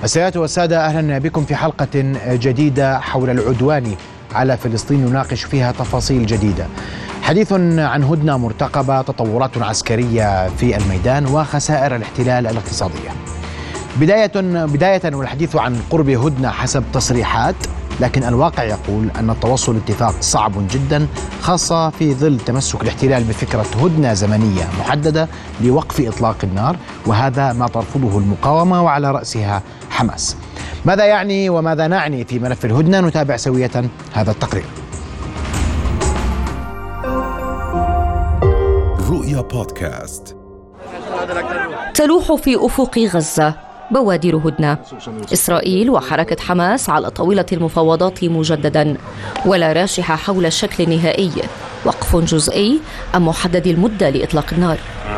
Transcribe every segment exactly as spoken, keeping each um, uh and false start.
السيدات والسادة، أهلا بكم في حلقة جديدة حول العدوان على فلسطين نناقش فيها تفاصيل جديدة. حديث عن هدنة مرتقبة، تطورات عسكرية في الميدان، وخسائر الاحتلال الاقتصادية. بداية بداية والحديث عن قرب هدنة حسب تصريحات، لكن الواقع يقول أن التوصل لاتفاق صعب جدا، خاصة في ظل تمسك الاحتلال بفكرة هدنة زمنية محددة لوقف إطلاق النار، وهذا ما ترفضه المقاومة وعلى رأسها حماس. ماذا يعني وماذا نعني في ملف الهدنة؟ نتابع سوية هذا التقرير. رؤيا بودكاست. تلوح في أفق غزة بوادر هدنة، إسرائيل وحركة حماس على طاولة المفاوضات مجددا، ولا راشح حول الشكل النهائي، وقف جزئي أم محدد المدة لإطلاق النار.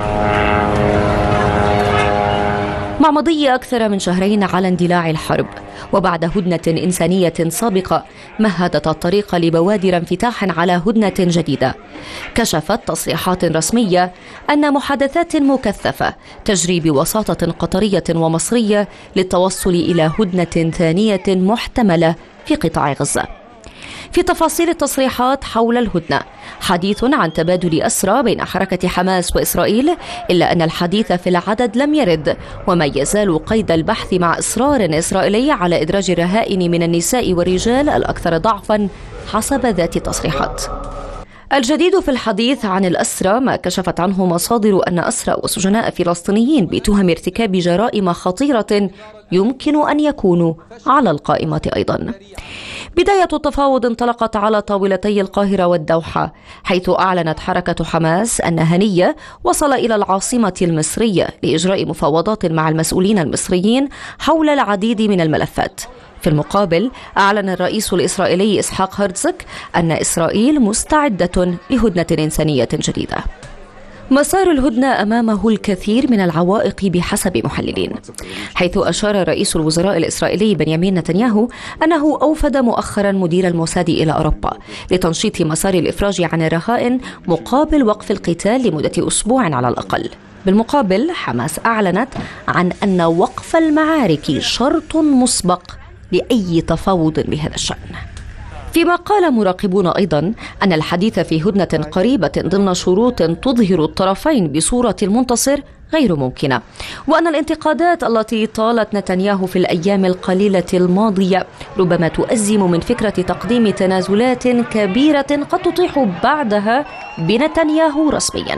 مع مضي أكثر من شهرين على اندلاع الحرب، وبعد هدنة إنسانية سابقة مهدت الطريق لبوادر انفتاح على هدنة جديدة، كشفت تصريحات رسمية أن محادثات مكثفة تجري بوساطة قطرية ومصرية للتوصل إلى هدنة ثانية محتملة في قطاع غزة. في تفاصيل التصريحات حول الهدنة حديث عن تبادل أسرى بين حركة حماس وإسرائيل، إلا أن الحديث في العدد لم يرد، وما يزال قيد البحث مع إصرار إسرائيلي على إدراج الرهائن من النساء والرجال الأكثر ضعفا حسب ذات التصريحات. الجديد في الحديث عن الأسرى ما كشفت عنه مصادر أن أسرى وسجناء فلسطينيين بتهم ارتكاب جرائم خطيرة يمكن أن يكونوا على القائمة أيضا. بداية التفاوض انطلقت على طاولتي القاهرة والدوحة، حيث أعلنت حركة حماس أن هنية وصل إلى العاصمة المصرية لإجراء مفاوضات مع المسؤولين المصريين حول العديد من الملفات. في المقابل أعلن الرئيس الإسرائيلي إسحاق هرتزog أن إسرائيل مستعدة لهدنة إنسانية جديدة. مسار الهدنة أمامه الكثير من العوائق بحسب محللين، حيث أشار رئيس الوزراء الإسرائيلي بنيامين نتنياهو أنه أوفد مؤخرا مدير الموساد إلى أوروبا لتنشيط مسار الإفراج عن الرهائن مقابل وقف القتال لمدة أسبوع على الأقل. بالمقابل حماس أعلنت عن أن وقف المعارك شرط مسبق لأي تفاوض بهذا الشأن. فيما قال مراقبون أيضا أن الحديث في هدنة قريبة ضمن شروط تظهر الطرفين بصورة المنتصر غير ممكنة، وأن الانتقادات التي طالت نتنياهو في الأيام القليلة الماضية ربما تؤزم من فكرة تقديم تنازلات كبيرة قد تطيح بعدها بنتنياهو رسميا.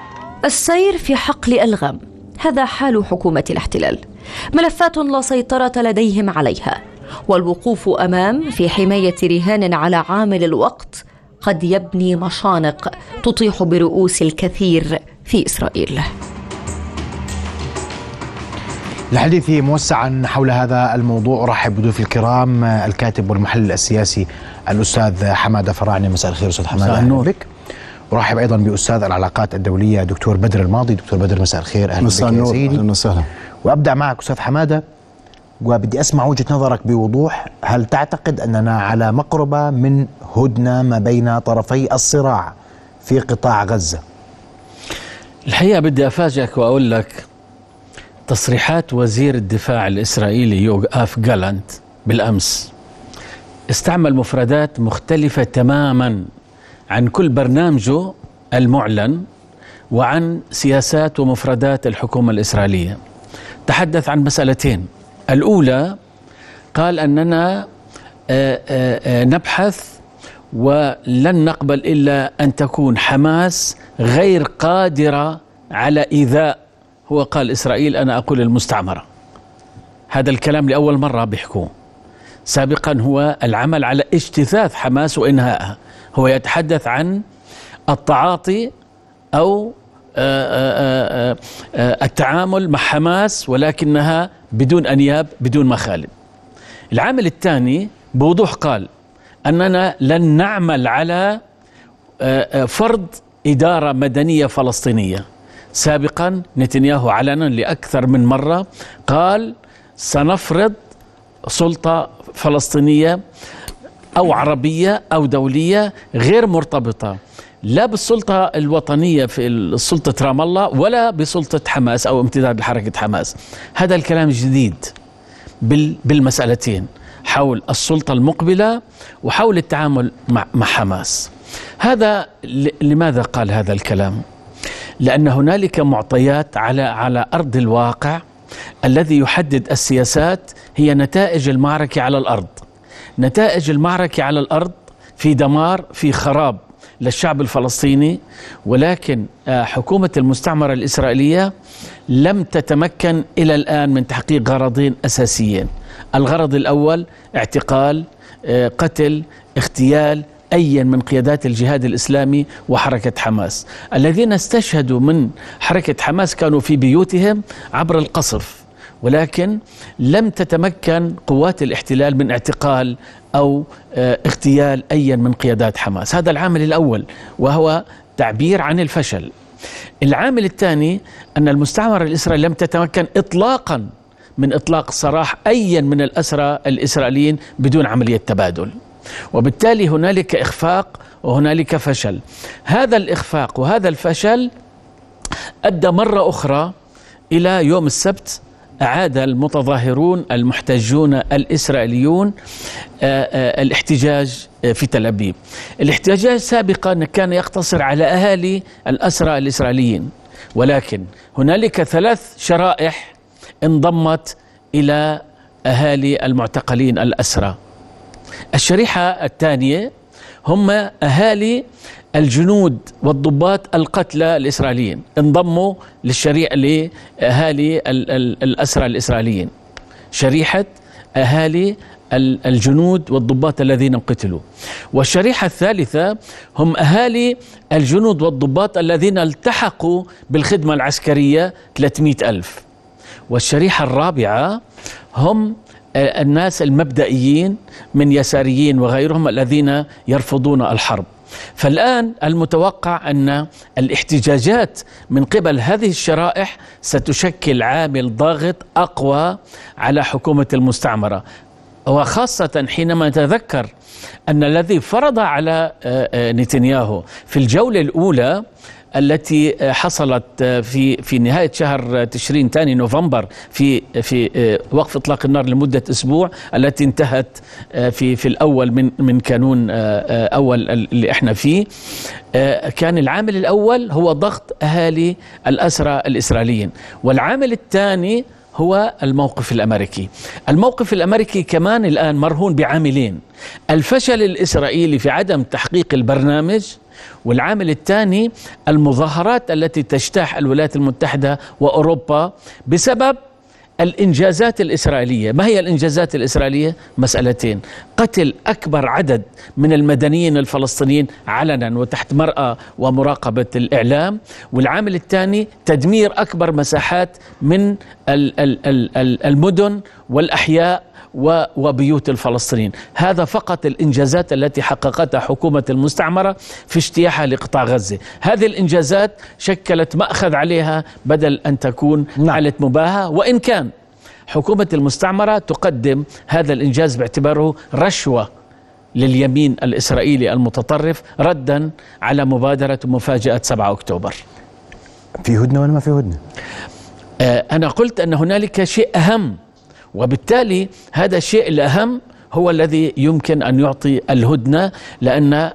السير في حقل ألغام، هذا حال حكومة الاحتلال، ملفات لا سيطرة لديهم عليها، والوقوف أمام في حماية رهان على عامل الوقت قد يبني مشانق تطيح برؤوس الكثير في إسرائيل. الحديث موسعا حول هذا الموضوع أرحب بضيوف الكرام الكاتب والمحلل السياسي الأستاذ حمادة فراعنة. مساء الخير أستاذ حمادة. أهلا بك. أرحب أيضا بأستاذ العلاقات الدولية دكتور بدر الماضي. دكتور بدر مساء الخير. أهلا مساء بك يا سيدي. أهلا وسهلا. وأبدأ معك أستاذ حمادة، وبدي أسمع وجهة نظرك بوضوح. هل تعتقد أننا على مقربة من هدنة ما بين طرفي الصراع في قطاع غزة؟ الحقيقة بدي أفاجئك وأقول لك تصريحات وزير الدفاع الإسرائيلي يوآف جالانت بالأمس استعمل مفردات مختلفة تماما عن كل برنامجه المعلن وعن سياسات ومفردات الحكومة الإسرائيلية. تحدث عن مسألتين. الأولى قال أننا نبحث ولن نقبل إلا أن تكون حماس غير قادرة على إيذاء، هو قال إسرائيل، أنا أقول المستعمرة. هذا الكلام لأول مرة بيحكوه. سابقا هو العمل على اجتثاث حماس وإنهائها. هو يتحدث عن التعاطي أو التعامل مع حماس ولكنها بدون أنياب بدون مخالب. العامل الثاني بوضوح قال أننا لن نعمل على فرض إدارة مدنية فلسطينية. سابقا نتنياهو علنا لأكثر من مرة قال سنفرض سلطة فلسطينية أو عربية أو دولية غير مرتبطة لا بالسلطة الوطنية في سلطة رام الله ولا بسلطة حماس أو امتداد لحركة حماس. هذا الكلام جديد. بالمسألتين حول السلطة المقبلة وحول التعامل مع حماس. هذا لماذا قال هذا الكلام؟ لأن هنالك معطيات على على أرض الواقع الذي يحدد السياسات هي نتائج المعركة على الأرض. نتائج المعركة على الأرض في دمار، في خراب للشعب الفلسطيني، ولكن حكومة المستعمرة الإسرائيلية لم تتمكن إلى الآن من تحقيق غرضين أساسيين. الغرض الأول اعتقال، قتل، اغتيال أي من قيادات الجهاد الإسلامي وحركة حماس. الذين استشهدوا من حركة حماس كانوا في بيوتهم عبر القصف، ولكن لم تتمكن قوات الاحتلال من اعتقال أو اغتيال أي من قيادات حماس. هذا العامل الأول، وهو تعبير عن الفشل. العامل الثاني أن المستعمرة الإسرائيلية لم تتمكن إطلاقا من إطلاق سراح أي من الأسرى الإسرائيليين بدون عملية تبادل، وبالتالي هنالك إخفاق وهنالك فشل. هذا الإخفاق وهذا الفشل أدى مرة أخرى إلى يوم السبت أعاد المتظاهرون المحتجون الإسرائيليون الاحتجاج في تل أبيب. الاحتجاج سابقا كان يقتصر على أهالي الأسرى الإسرائيليين، ولكن هنالك ثلاث شرائح انضمت إلى أهالي المعتقلين الأسرى. الشريحة الثانية هم أهالي الجنود والضباط القتلى الإسرائيليين، انضموا للشريحة لأهالي الأسرى الإسرائيليين. شريحة أهالي الجنود والضباط الذين قتلوا. والشريحة الثالثة هم أهالي الجنود والضباط الذين التحقوا بالخدمة العسكرية ثلاثمئة ألف. والشريحة الرابعة هم الناس المبدئيين من يساريين وغيرهم الذين يرفضون الحرب. فالآن المتوقع أن الاحتجاجات من قبل هذه الشرائح ستشكل عامل ضاغط أقوى على حكومة المستعمرة، وخاصة حينما نتذكر أن الذي فرض على نتنياهو في الجولة الأولى التي حصلت في في نهاية شهر تشرين ثاني نوفمبر في في وقف إطلاق النار لمدة أسبوع، التي انتهت في في الأول من من كانون أول اللي احنا فيه. كان العامل الأول هو ضغط أهالي الأسرى الإسرائيليين، والعامل الثاني هو الموقف الأمريكي. الموقف الأمريكي كمان الآن مرهون بعاملين: الفشل الإسرائيلي في عدم تحقيق البرنامج، والعامل الثاني المظاهرات التي تجتاح الولايات المتحدة وأوروبا بسبب الإنجازات الإسرائيلية. ما هي الإنجازات الإسرائيلية؟ مسألتين: قتل أكبر عدد من المدنيين الفلسطينيين علنا وتحت مرأى ومراقبة الإعلام، والعامل الثاني تدمير أكبر مساحات من المدن والأحياء وبيوت الفلسطينيين. هذا فقط الإنجازات التي حققتها حكومة المستعمرة في اجتياحها لقطاع غزة. هذه الإنجازات شكلت مأخذ عليها بدل أن تكون حالة مباهاة، وإن كان حكومة المستعمرة تقدم هذا الإنجاز باعتباره رشوة لليمين الإسرائيلي المتطرف ردا على مبادرة مفاجأة سبعة أكتوبر. في هدنة ولا ما في هدنة؟ آه أنا قلت أن هنالك شيء أهم، وبالتالي هذا الشيء الأهم هو الذي يمكن أن يعطي الهدنة، لأن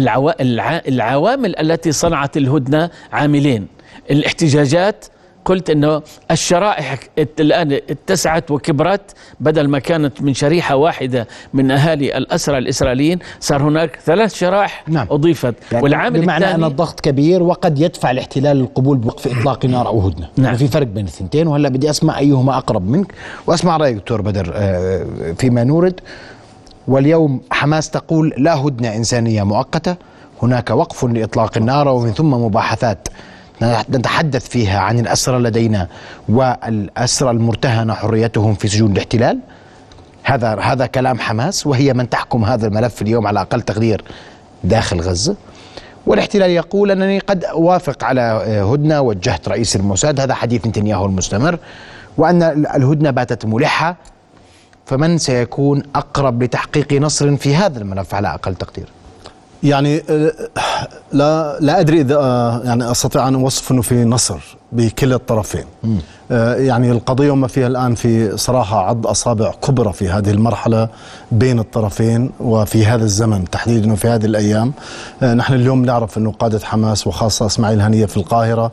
العوامل التي صنعت الهدنة عاملين: الاحتجاجات. قلت أنه الشرائح الآن اتسعت وكبرت، بدل ما كانت من شريحة واحدة من أهالي الأسرى الإسرائيليين صار هناك ثلاث شرائح نعم. أضيفت. يعني والعامل بمعنى أن الضغط كبير وقد يدفع الاحتلال للقبول بوقف إطلاق نار أو هدنة. نعم. يعني في فرق بين الثنتين، وهلا بدي أسمع أيهما أقرب منك وأسمع رأيك دكتور بدر فيما نورد. واليوم حماس تقول لا هدنة إنسانية مؤقتة، هناك وقف لإطلاق النار ومن ثم مباحثات نتحدث فيها عن الأسرى لدينا والأسرى المرتهنة حريتهم في سجون الاحتلال. هذا هذا كلام حماس، وهي من تحكم هذا الملف اليوم على أقل تقدير داخل غزة. والاحتلال يقول أنني قد أوافق على هدنة، وجهت رئيس الموساد، هذا حديث نتنياهو المستمر، وأن الهدنة باتت ملحة. فمن سيكون أقرب لتحقيق نصر في هذا الملف على أقل تقدير؟ يعني لا لا أدري إذا يعني أستطيع أن أوصف أنه في نصر، بكلا الطرفين. آه يعني القضية وما فيها الآن في صراحة عض أصابع كبرى في هذه المرحلة بين الطرفين وفي هذا الزمن تحديدا وفي هذه الأيام. آه نحن اليوم نعرف أنه قادة حماس وخاصة إسماعيل هنية في القاهرة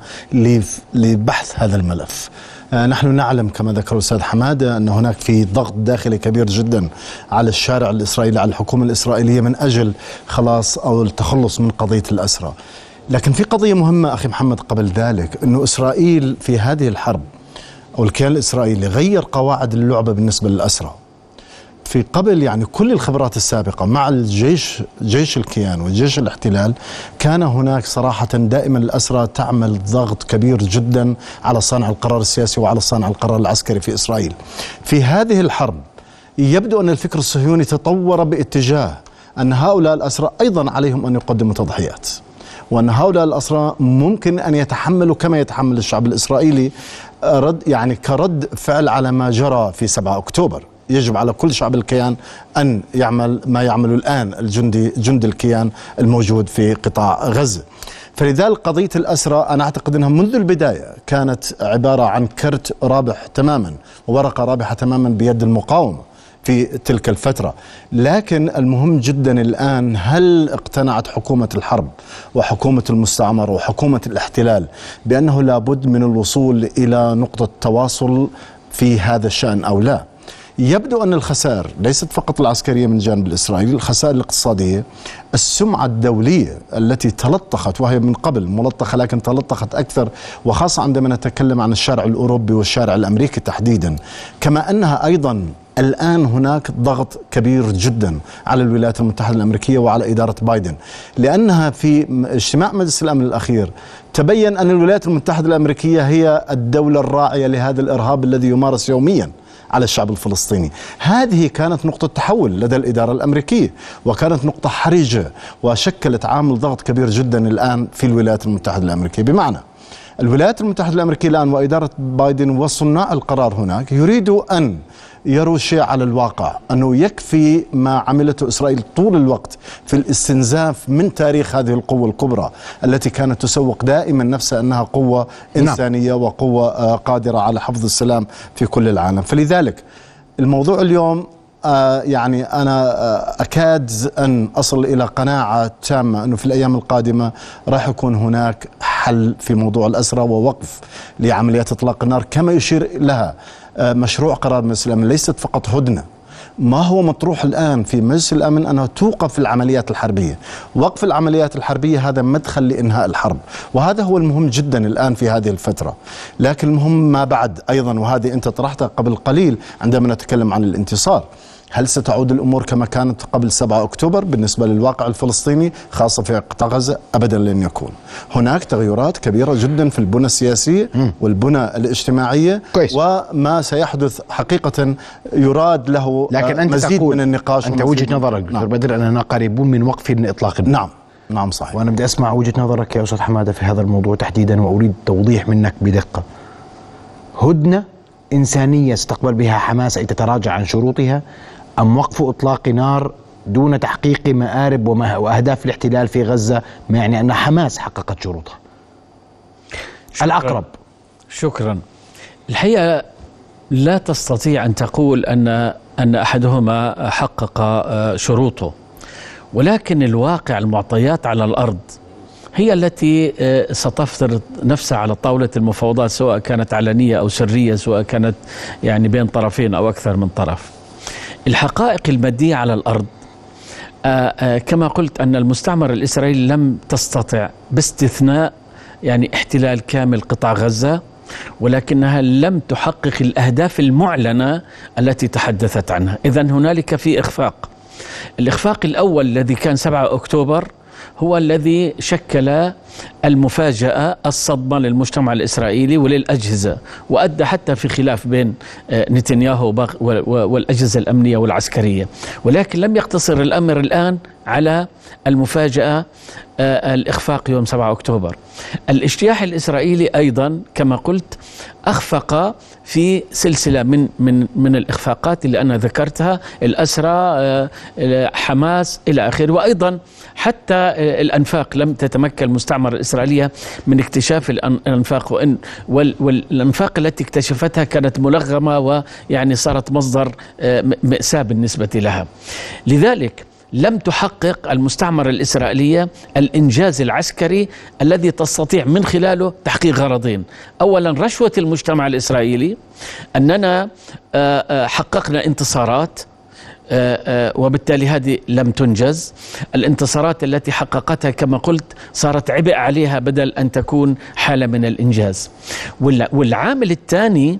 لبحث هذا الملف. آه نحن نعلم كما ذكر الأستاذ حمادة أن هناك في ضغط داخلي كبير جدا على الشارع الإسرائيلي، على الحكومة الإسرائيلية من أجل خلاص أو التخلص من قضية الأسرى. لكن في قضية مهمة أخي محمد قبل ذلك، أنه إسرائيل في هذه الحرب أو الكيان الإسرائيلي غير قواعد اللعبة بالنسبة للأسرى. في قبل يعني كل الخبرات السابقة مع الجيش جيش الكيان وجيش الاحتلال كان هناك صراحة دائما الأسرى تعمل ضغط كبير جدا على صانع القرار السياسي وعلى صانع القرار العسكري في إسرائيل. في هذه الحرب يبدو أن الفكر الصهيوني تطور باتجاه أن هؤلاء الأسرى أيضا عليهم أن يقدموا تضحيات، وأن هؤلاء الأسرى ممكن أن يتحملوا كما يتحمل الشعب الإسرائيلي رد يعني كرد فعل على ما جرى في سبعة أكتوبر. يجب على كل شعب الكيان أن يعمل ما يعمل الآن الجندي جند الكيان الموجود في قطاع غزة. فلذلك قضية الأسرى أنا أعتقد أنها منذ البداية كانت عبارة عن كرت رابح تماما وورقة رابحة تماما بيد المقاومة في تلك الفترة. لكن المهم جدا الآن هل اقتنعت حكومة الحرب وحكومة المستعمر وحكومة الاحتلال بأنه لابد من الوصول إلى نقطة تواصل في هذا الشأن أو لا؟ يبدو أن الخسائر ليست فقط العسكرية من الجانب الإسرائيلي، الخسائر الاقتصادية، السمعة الدولية التي تلطخت وهي من قبل ملطخة لكن تلطخت أكثر، وخاصة عندما نتكلم عن الشارع الأوروبي والشارع الأمريكي تحديدا. كما أنها أيضا الآن هناك ضغط كبير جدا على الولايات المتحدة الأمريكية وعلى إدارة بايدن، لأنها في اجتماع مجلس الأمن الأخير تبين أن الولايات المتحدة الأمريكية هي الدولة الراعية لهذا الإرهاب الذي يمارس يوميا على الشعب الفلسطيني. هذه كانت نقطة تحول لدى الإدارة الأمريكية وكانت نقطة حرجة وشكلت عامل ضغط كبير جدا الآن في الولايات المتحدة الأمريكية. بمعنى الولايات المتحدة الأمريكية الآن وإدارة بايدن وصناع القرار هناك يريدوا أن يروا شيء على الواقع، أنه يكفي ما عملته إسرائيل طول الوقت في الاستنزاف من تاريخ هذه القوة الكبرى التي كانت تسوق دائما نفسها أنها قوة إنسانية وقوة قادرة على حفظ السلام في كل العالم. فلذلك الموضوع اليوم آه يعني أنا آه أكاد أن أصل إلى قناعة تامة أنه في الأيام القادمة راح يكون هناك حل في موضوع الأسرى ووقف لعمليات إطلاق النار كما يشير لها آه مشروع قرار مجلس الأمن. ليست فقط هدنة، ما هو مطروح الآن في مجلس الأمن أنه توقف العمليات الحربية. وقف العمليات الحربية هذا مدخل لإنهاء الحرب، وهذا هو المهم جدا الآن في هذه الفترة. لكن المهم ما بعد أيضا، وهذه أنت طرحتها قبل قليل عندما نتكلم عن الانتصار. هل ستعود الأمور كما كانت قبل سبعة أكتوبر بالنسبة للواقع الفلسطيني خاصة في قطاع غزة؟ أبدا لن يكون. هناك تغيرات كبيرة جدا في البنى السياسية والبنى الاجتماعية كويس. وما سيحدث حقيقة يراد له لكن أنت مزيد من النقاش. أنت وجهة نظرك دكتور بدر أننا قريبون من وقف إطلاق النار. نعم نعم صحيح. وأنا بدي أسمع وجهة نظرك يا أستاذ حمادة في هذا الموضوع تحديدا، وأريد توضيح منك بدقة. هدنة إنسانية استقبل بها حماس أي تتراجع عن شروطها، أم وقف إطلاق نار دون تحقيق مآرب وأهداف الاحتلال في غزة، ما يعني أن حماس حققت شروطها؟ شكرا. الأقرب. شكرا. الحقيقة لا تستطيع أن تقول أن أن أحدهما حقق شروطه، ولكن الواقع المعطيات على الأرض هي التي ستفرض نفسها على طاولة المفاوضات، سواء كانت علنية أو سرية، سواء كانت يعني بين طرفين أو أكثر من طرف. الحقائق المادية على الأرض آآ آآ كما قلت أن المستعمر الإسرائيلي لم تستطع باستثناء يعني احتلال كامل قطاع غزة، ولكنها لم تحقق الأهداف المعلنة التي تحدثت عنها. إذن هنالك في إخفاق. الإخفاق الأول الذي كان سبعة أكتوبر هو الذي شكل المفاجأة، الصدمة للمجتمع الإسرائيلي وللأجهزة، وأدى حتى في خلاف بين نتنياهو والأجهزة الأمنية والعسكرية. ولكن لم يقتصر الأمر الآن على المفاجأة الإخفاق يوم سبعة أكتوبر. الاجتياح الإسرائيلي أيضا كما قلت أخفق في سلسلة من من من الإخفاقات اللي أنا ذكرتها، الأسرى، حماس إلى آخره. وأيضا حتى الأنفاق لم تتمكن المستعمر المستعمرة الإسرائيلية من اكتشاف الأنفاق، وإن والأنفاق التي اكتشفتها كانت ملغمة ويعني صارت مصدر مأساة بالنسبة لها. لذلك لم تحقق المستعمرة الإسرائيلية الإنجاز العسكري الذي تستطيع من خلاله تحقيق غرضين: أولا رشوة المجتمع الإسرائيلي، أننا حققنا انتصارات وبالتالي هذه لم تنجز. الانتصارات التي حققتها كما قلت صارت عبء عليها بدل أن تكون حالة من الإنجاز. والعامل الثاني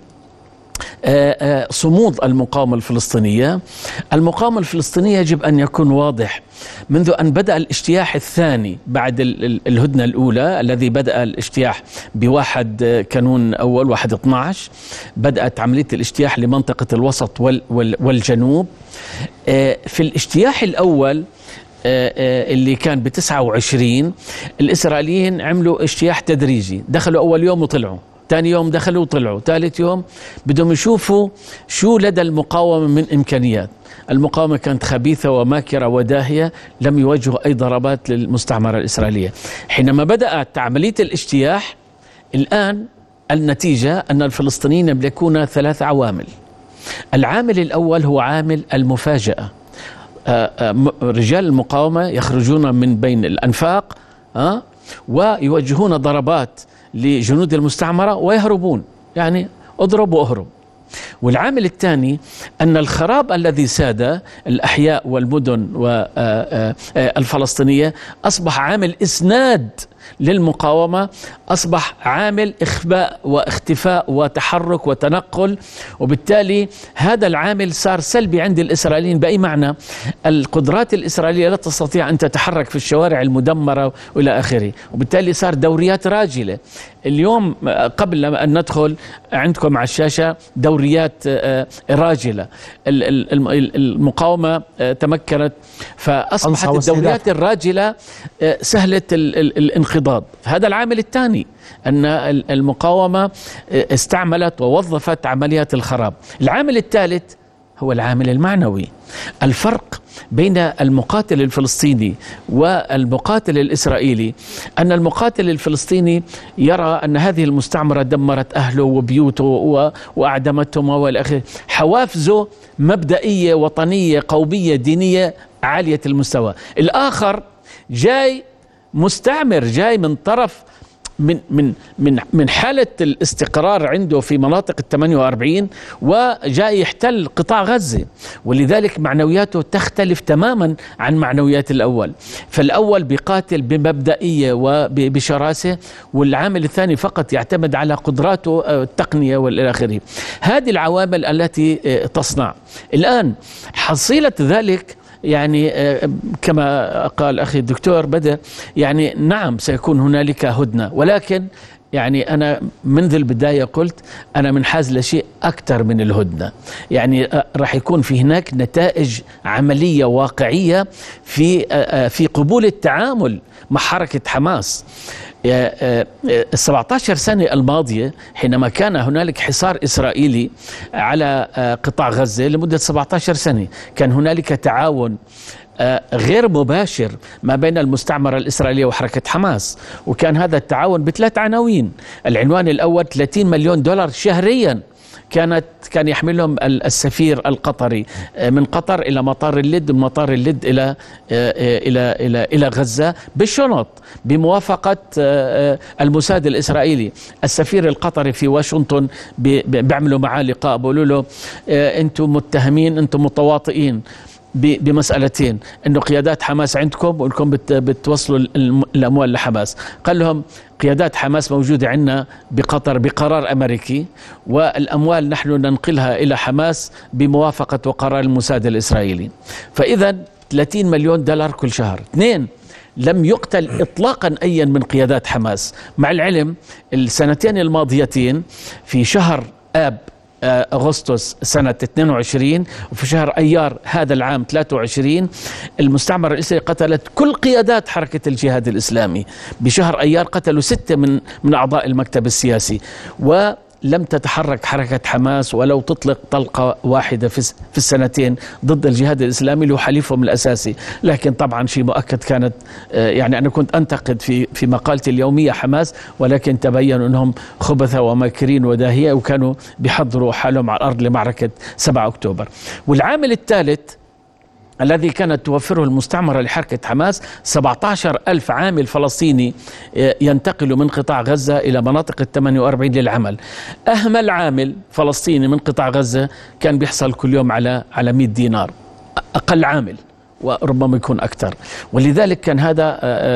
صمود المقاومة الفلسطينية. المقاومة الفلسطينية يجب أن يكون واضح منذ أن بدأ الاجتياح الثاني بعد الهدنة الأولى، الذي بدأ الاجتياح بواحد كانون أول واحد اثني عشر، بدأت عملية الاجتياح لمنطقة الوسط والجنوب. في الاجتياح الأول اللي كان بتسعة وعشرين الإسرائيليين عملوا اجتياح تدريجي، دخلوا أول يوم وطلعوا، ثاني يوم دخلوا وطلعوا، ثالث يوم بدهم يشوفوا شو لدى المقاومة من إمكانيات. المقاومة كانت خبيثة وماكرة وداهية، لم يوجهوا أي ضربات للمستعمرة الإسرائيلية. حينما بدأت عملية الاجتياح الآن النتيجة أن الفلسطينيين يملكون ثلاث عوامل. العامل الأول هو عامل المفاجأة. رجال المقاومة يخرجون من بين الأنفاق ويوجهون ضربات لجنود المستعمرة ويهربون، يعني اضرب واهرب. والعامل الثاني أن الخراب الذي ساد الأحياء والمدن والفلسطينية أصبح عامل إسناد للمقاومة، أصبح عامل إخفاء واختفاء وتحرك وتنقل، وبالتالي هذا العامل صار سلبي عند الإسرائيليين. بأي معنى؟ القدرات الإسرائيلية لا تستطيع أن تتحرك في الشوارع المدمرة وإلى آخره، وبالتالي صار دوريات راجلة. اليوم قبل أن ندخل عندكم على الشاشة دوريات راجلة، المقاومة تمكنت فأصبحت الدوريات الراجلة سهلة الانقضاض. هذا العامل الثاني، أن المقاومة استعملت ووظفت عمليات الخراب. العامل الثالث هو العامل المعنوي. الفرق بين المقاتل الفلسطيني والمقاتل الإسرائيلي أن المقاتل الفلسطيني يرى أن هذه المستعمرة دمرت أهله وبيوته وأعدمتهم والآخر، حوافزه مبدئية وطنية قومية دينية عالية المستوى. الآخر جاي مستعمر، جاي من طرف من من من من حالة الاستقرار عنده في مناطق الثمانية وأربعين وجاء يحتل قطاع غزة، ولذلك معنوياته تختلف تماما عن معنويات الأول. فالأول بيقاتل بمبدئية وبشراسة، والعامل الثاني فقط يعتمد على قدراته التقنية والى آخره. هذه العوامل التي تصنع الآن حصيلة ذلك. يعني كما قال أخي الدكتور بدر، يعني نعم سيكون هنالك هدنة، ولكن يعني أنا منذ البداية قلت أنا منحاز لشيء أكثر من الهدنة. يعني راح يكون في هناك نتائج عملية واقعية في في قبول التعامل مع حركة حماس. السبعة عشر سنة الماضية حينما كان هنالك حصار إسرائيلي على قطاع غزة لمدة سبعة عشر سنة، كان هنالك تعاون غير مباشر ما بين المستعمرة الإسرائيلية وحركة حماس، وكان هذا التعاون بثلاث عناوين. العنوان الأول ثلاثين مليون دولار شهريا كانت كان يحملهم السفير القطري من قطر إلى مطار اللد، من مطار اللد إلى إلى إلى إلى غزة بالشنط بموافقة الموساد الإسرائيلي. السفير القطري في واشنطن بيعملوا معاه لقاء، بيقولوا له أنتم متهمين، أنتم متواطئين بمسألتين، أنه قيادات حماس عندكم وأنكم بتوصلوا الأموال لحماس. قال لهم قيادات حماس موجودة عندنا بقطر بقرار أمريكي، والأموال نحن ننقلها إلى حماس بموافقة وقرار الموساد الإسرائيلي. فإذا ثلاثين مليون دولار كل شهر. اثنين، لم يقتل إطلاقا أي من قيادات حماس، مع العلم السنتين الماضيتين في شهر آب أغسطس سنة اثنين وعشرين وفي شهر أيار هذا العام ثلاثة وعشرين المستعمرة الإسرائيلية قتلت كل قيادات حركة الجهاد الإسلامي. بشهر أيار قتلوا ستة من من أعضاء المكتب السياسي، و لم تتحرك حركة حماس ولو تطلق طلقة واحدة في في السنتين ضد الجهاد الإسلامي اللي هو حليفهم الأساسي. لكن طبعا شيء مؤكد كانت يعني أنا كنت أنتقد في في مقالتي اليومية حماس، ولكن تبين أنهم خبثة وماكرين وداهية وكانوا بيحضروا حالهم على الأرض لمعركة سبعة أكتوبر. والعامل الثالث الذي كانت توفره المستعمرة لحركة حماس سبعة عشر ألف عامل فلسطيني ينتقل من قطاع غزة إلى مناطق الثمانية وأربعين للعمل. أهمل عامل فلسطيني من قطاع غزة كان بيحصل كل يوم على على مئة دينار، أقل عامل وربما يكون أكثر. ولذلك كان هذا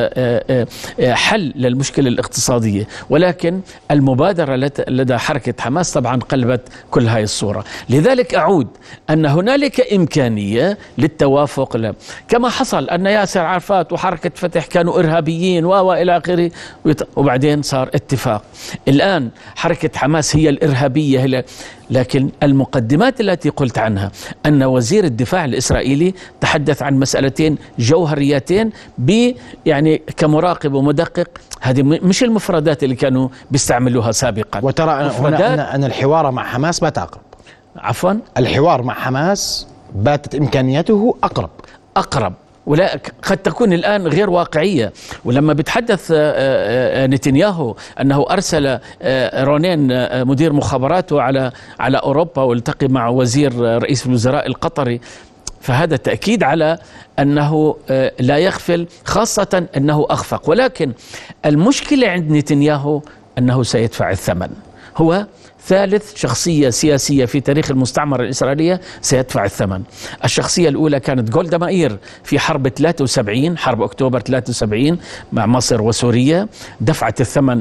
حل للمشكلة الاقتصادية، ولكن المبادرة لدى حركة حماس طبعا قلبت كل هاي الصورة. لذلك أعود أن هنالك إمكانية للتوافق، كما حصل أن ياسر عرفات وحركة فتح كانوا إرهابيين وإلى آخره، وبعدين صار اتفاق. الآن حركة حماس هي الإرهابية هي، لكن المقدمات التي قلت عنها أن وزير الدفاع الإسرائيلي تحدث عن مسألتين جوهريتين ب يعني كمراقب ومدقق، هذه مش المفردات اللي كانوا بيستعملوها سابقا. وترى هنا أن الحوار مع حماس بات أقرب. عفوا الحوار مع حماس باتت إمكانياته أقرب أقرب ولا قد تكون الآن غير واقعية. ولما بيتحدث نتنياهو أنه أرسل رونين مدير مخابراته على على أوروبا والتقي مع وزير رئيس الوزراء القطري، فهذا تأكيد على أنه لا يغفل، خاصة أنه أخفق. ولكن المشكلة عند نتنياهو أنه سيدفع الثمن. هو ثالث شخصية سياسية في تاريخ المستعمرة الإسرائيلية سيدفع الثمن. الشخصية الأولى كانت جولدا مائير في حرب ثلاثة وسبعين، حرب أكتوبر ثلاثة وسبعين مع مصر وسوريا، دفعت الثمن.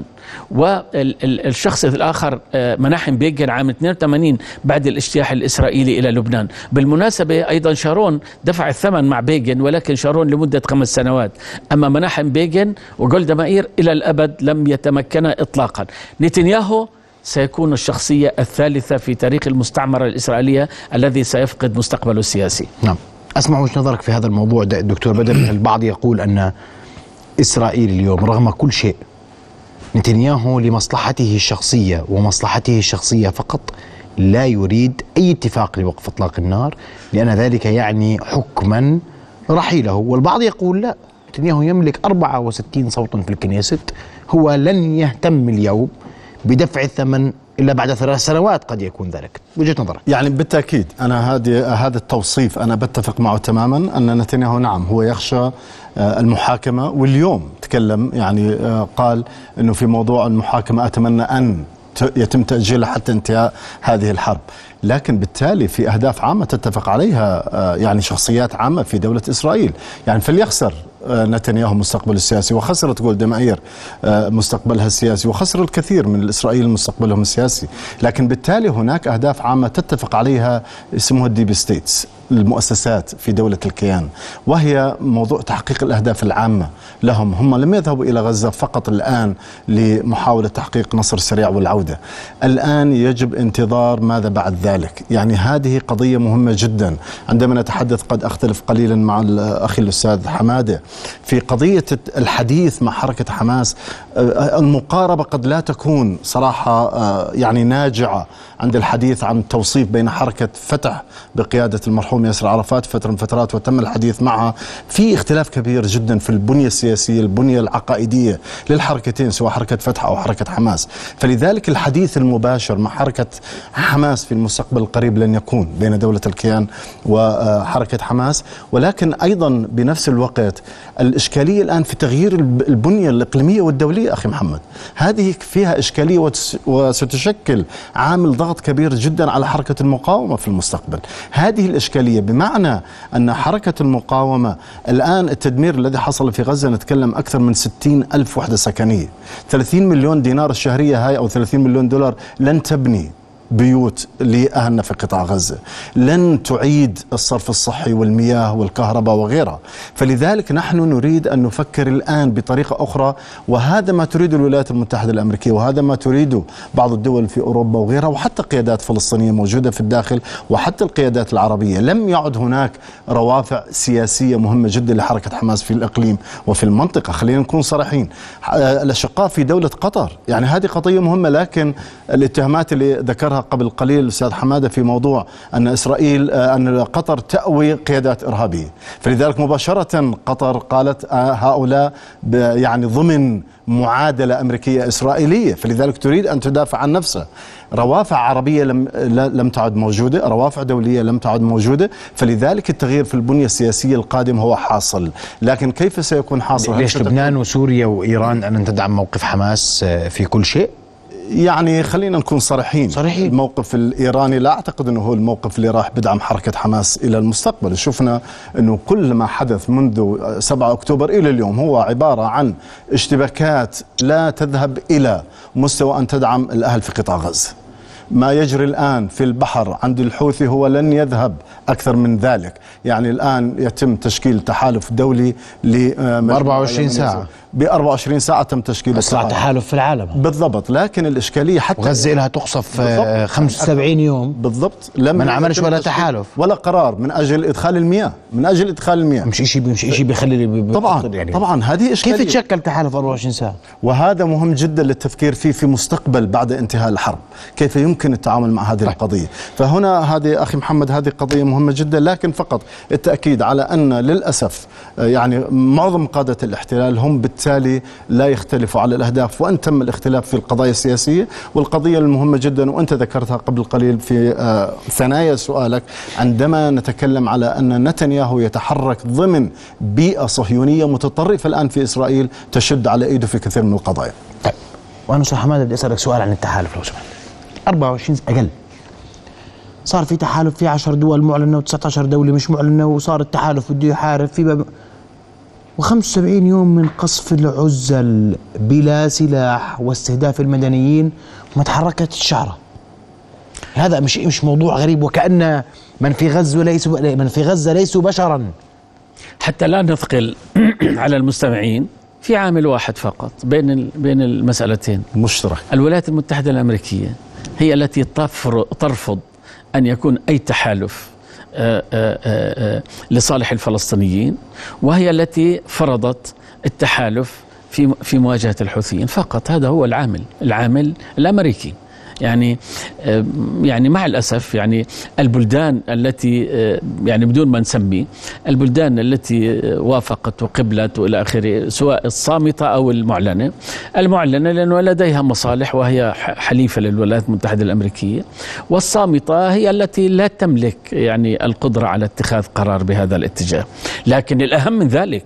والشخص الآخر مناحم بيغن عام اثنين وثمانين بعد الاجتياح الإسرائيلي إلى لبنان. بالمناسبة أيضا شارون دفع الثمن مع بيغن، ولكن شارون لمدة خمس سنوات. أما مناحم بيغن وجولدا مائير إلى الأبد لم يتمكنا إطلاقا. نتنياهو سيكون الشخصية الثالثة في تاريخ المستعمرة الإسرائيلية الذي سيفقد مستقبله السياسي. نعم، أسمع وجهة نظرك في هذا الموضوع دكتور بدر. البعض يقول أن إسرائيل اليوم رغم كل شيء نتنياهو لمصلحته الشخصية ومصلحته الشخصية فقط لا يريد أي اتفاق لوقف إطلاق النار، لأن ذلك يعني حكما رحيله. والبعض يقول لا، نتنياهو يملك أربعة وستين صوتا في الكنيست، هو لن يهتم اليوم بدفع الثمن إلا بعد ثلاث سنوات قد يكون ذلك. وجهة نظرك؟ يعني بالتأكيد أنا هذه هذا التوصيف أنا بتفق معه تماما، أن نتنياهو نعم هو يخشى المحاكمة، واليوم تكلم يعني قال أنه في موضوع المحاكمة أتمنى أن يتم تأجيلها حتى انتهاء هذه الحرب. لكن بالتالي في أهداف عامة تتفق عليها يعني شخصيات عامة في دولة إسرائيل. يعني فليخسر نتنياهو مستقبل السياسي، وخسرت جولدا مائير مستقبلها السياسي، وخسر الكثير من الإسرائيل مستقبلهم السياسي. لكن بالتالي هناك أهداف عامة تتفق عليها اسمها الديب ستيتس، المؤسسات في دولة الكيان، وهي موضوع تحقيق الأهداف العامة لهم. هم لم يذهبوا إلى غزة فقط الآن لمحاولة تحقيق نصر سريع والعودة، الآن يجب انتظار ماذا بعد ذلك. يعني هذه قضية مهمة جدا. عندما نتحدث قد أختلف قليلا مع الأخي الأستاذ حمادة في قضية الحديث مع حركة حماس، المقاربة قد لا تكون صراحة يعني ناجعة عند الحديث عن التوصيف بين حركة فتح بقيادة المرحوم ياسر عرفات فترة من فترات وتم الحديث معها، في اختلاف كبير جدا في البنية السياسية البنية العقائدية للحركتين سواء حركة فتح أو حركة حماس. فلذلك الحديث المباشر مع حركة حماس في المستقبل القريب لن يكون بين دولة الكيان وحركة حماس. ولكن أيضا بنفس الوقت الإشكالية الآن في تغيير البنية الإقليمية والدولية أخي محمد، هذه فيها إشكالية وستشكل عامل ضغط كبير جدا على حركة المقاومة في المستقبل. هذه الإشكالية بمعنى أن حركة المقاومة الآن التدمير الذي حصل في غزة، نتكلم أكثر من ستين ألف وحدة سكنية، ثلاثين مليون دينار الشهرية هاي أو ثلاثين مليون دولار لن تبني بيوت لأهلنا في قطاع غزة، لن تعيد الصرف الصحي والمياه والكهرباء وغيرها. فلذلك نحن نريد أن نفكر الآن بطريقة أخرى، وهذا ما تريد الولايات المتحدة الأمريكية، وهذا ما تريده بعض الدول في أوروبا وغيرها، وحتى قيادات فلسطينية موجودة في الداخل، وحتى القيادات العربية. لم يعد هناك روافع سياسية مهمة جدا لحركة حماس في الإقليم وفي المنطقة. خلينا نكون صريحين، الأشقاء في دولة قطر، يعني هذه قضية مهمة. لكن الاتهامات اللي ذكرها قبل قليل الأستاذ حمادة في موضوع أن إسرائيل أن قطر تأوي قيادات إرهابية، فلذلك مباشرة قطر قالت هؤلاء يعني ضمن معادلة أمريكية إسرائيلية، فلذلك تريد أن تدافع عن نفسها. روافع عربية لم لم تعد موجودة، روافع دولية لم تعد موجودة، فلذلك التغيير في البنية السياسية القادم هو حاصل. لكن كيف سيكون حاصل؟ ليش لبنان وسوريا وإيران أن تدعم موقف حماس في كل شيء؟ يعني خلينا نكون صريحين صريحين الموقف الإيراني لا أعتقد أنه هو الموقف اللي راح بدعم حركة حماس إلى المستقبل. شفنا أنه كل ما حدث منذ سبعة أكتوبر إلى اليوم هو عبارة عن اشتباكات لا تذهب إلى مستوى أن تدعم الأهل في قطاع غزة. ما يجري الآن في البحر عند الحوثي هو لن يذهب أكثر من ذلك. يعني الآن يتم تشكيل تحالف دولي ل أربعة وعشرين ساعة، ب أربعة وعشرين ساعة تم تشكيل أسرع تحالف في العالم بالضبط. لكن الإشكالية حتى وغزة لها تقصف خمسة وسبعين يوم بالضبط ما عملش ولا تحالف ولا قرار من أجل إدخال المياه من أجل إدخال المياه. مش شيء مش شيء بيخلي طبعا يعني. طبعا هذه إشكالية. كيف تشكل تحالف أربعة وعشرين ساعة؟ وهذا مهم جدا للتفكير فيه في مستقبل بعد انتهاء الحرب، كيف يمكن التعامل مع هذه القضية. فهنا هذه أخي محمد هذه قضية مهمة جدا، لكن فقط التأكيد على أن للأسف يعني معظم قادة الاحتلال هم بالتالي لا يختلفوا على الأهداف، وأن تم الاختلاف في القضايا السياسية. والقضية المهمة جدا وأنت ذكرتها قبل قليل في ثنايا سؤالك، عندما نتكلم على أن نتنياهو يتحرك ضمن بيئة صهيونية متطرفة الآن في إسرائيل تشد على إيده في كثير من القضايا. طيب وأنا أستاذ حمادة بدي أسألك سؤال عن التحالف لو سمحت. أربعة وعشرين أقل صار في تحالف في عشر دول معلنة وتسعة عشر دولة مش معلنة، وصار التحالف بده يحارب في باب وخمسة وسبعين يوم من قصف العزل بلا سلاح واستهداف المدنيين وما تحركت الشعرة. هذا مش مش موضوع غريب، وكأن من في غزة ليسوا من في غزة ليسوا بشرا. حتى لا نثقل على المستمعين، في عامل واحد فقط بين بين المسألتين مشترك. الولايات المتحدة الأمريكية هي التي ترفض أن يكون أي تحالف آآ آآ لصالح الفلسطينيين، وهي التي فرضت التحالف في في مواجهة الحوثيين فقط. هذا هو العامل العامل الأمريكي. يعني يعني مع الأسف يعني البلدان التي يعني بدون ما نسمي البلدان التي وافقت وقبلت وإلى آخره، سواء الصامتة أو المعلنة المعلنة لأنه لديها مصالح وهي حليفة للولايات المتحدة الأمريكية، والصامتة هي التي لا تملك يعني القدرة على اتخاذ قرار بهذا الاتجاه. لكن الأهم من ذلك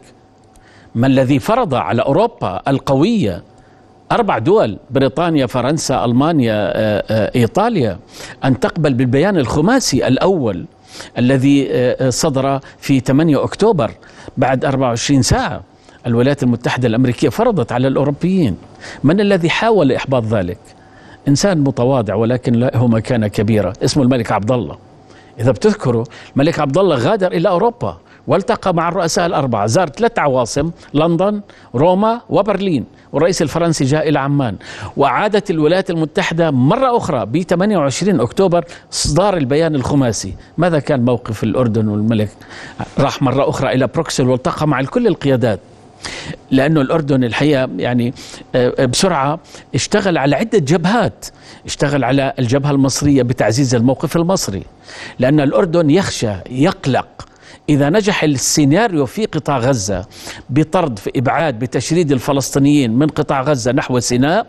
ما الذي فرض على أوروبا القوية، أربع دول بريطانيا فرنسا ألمانيا إيطاليا، أن تقبل بالبيان الخماسي الأول الذي صدر في ثمانية أكتوبر بعد أربعة وعشرين ساعة. الولايات المتحدة الأمريكية فرضت على الأوروبيين. من الذي حاول إحباط ذلك؟ إنسان متواضع ولكن له مكانة كبيرة اسمه الملك عبد الله. إذا بتذكروا الملك عبد الله غادر إلى أوروبا والتقى مع الرؤساء الأربعة، زار ثلاث عواصم لندن روما وبرلين، والرئيس الفرنسي جاء إلى عمان. وعادت الولايات المتحدة مرة أخرى ب ثمانية وعشرين أكتوبر إصدار البيان الخماسي. ماذا كان موقف الأردن والملك؟ راح مرة أخرى إلى بروكسل والتقى مع كل القيادات، لأنه الأردن الحقيقة يعني بسرعة اشتغل على عدة جبهات. اشتغل على الجبهة المصرية بتعزيز الموقف المصري، لأن الأردن يخشى يقلق إذا نجح السيناريو في قطاع غزة بطرد في إبعاد بتشريد الفلسطينيين من قطاع غزة نحو سيناء،